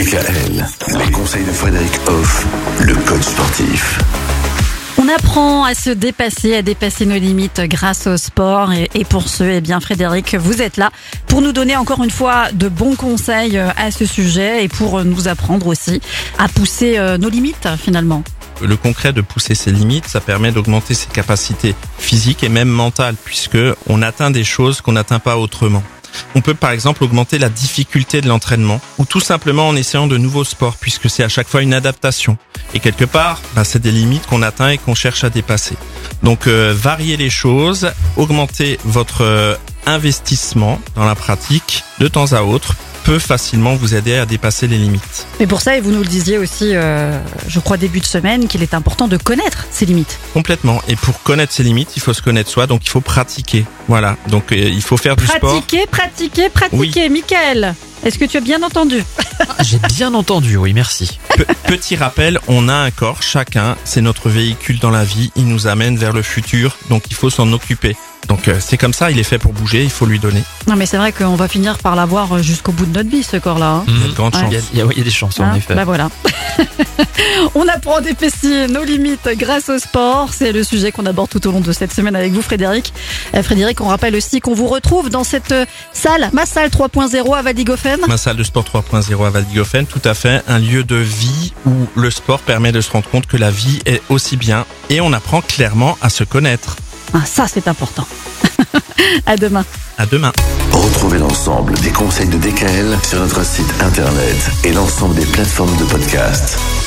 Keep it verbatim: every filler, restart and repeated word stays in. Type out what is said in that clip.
D K L, les conseils de Frédéric Hoff, le coach sportif. On apprend à se dépasser, à dépasser nos limites grâce au sport. Et, et pour ce, eh bien, Frédéric, vous êtes là pour nous donner encore une fois de bons conseils à ce sujet et pour nous apprendre aussi à pousser nos limites finalement. Le concret de pousser ses limites, ça permet d'augmenter ses capacités physiques et même mentales, puisque on atteint des choses qu'on n'atteint pas autrement. On peut par exemple augmenter la difficulté de l'entraînement ou tout simplement en essayant de nouveaux sports, puisque c'est à chaque fois une adaptation. Et quelque part, bah, c'est des limites qu'on atteint et qu'on cherche à dépasser. Donc euh, varier les choses, augmenter votre euh, investissement dans la pratique de temps à autre peut facilement vous aider à dépasser les limites. Mais pour ça, et vous nous le disiez aussi, euh, je crois début de semaine, qu'il est important de connaître ses limites. Complètement. Et pour connaître ses limites, il faut se connaître soi, donc il faut pratiquer. Voilà. Donc euh, il faut faire du sport. Pratiquer, pratiquer, pratiquer. Oui. Mickaël, est-ce que tu as bien entendu ? J'ai bien entendu, oui, merci. Pe- petit rappel, on a un corps, chacun, c'est notre véhicule dans la vie, il nous amène vers le futur, donc il faut s'en occuper. Donc euh, c'est comme ça, il est fait pour bouger, il faut lui donner. Non mais c'est vrai qu'on va finir par l'avoir jusqu'au bout de notre vie, ce corps-là. Hein. Il y a de grandes Ouais. chances. Il y a, il y a, oui, il y a des chances, Hein, en effet. bah voilà. On apprend à dépasser nos limites grâce au sport. C'est le sujet qu'on aborde tout au long de cette semaine avec vous, Frédéric. Euh, Frédéric, on rappelle aussi qu'on vous retrouve dans cette euh, salle, ma salle trois point zéro à Valdigofen. Ma salle de sport trois point zéro à Valdigofen, tout à fait, un lieu de vie où le sport permet de se rendre compte que la vie est aussi bien et on apprend clairement à se connaître. Ah, ça c'est important. À demain. À demain. Retrouvez l'ensemble des conseils de D K L sur notre site internet et l'ensemble des plateformes de podcast.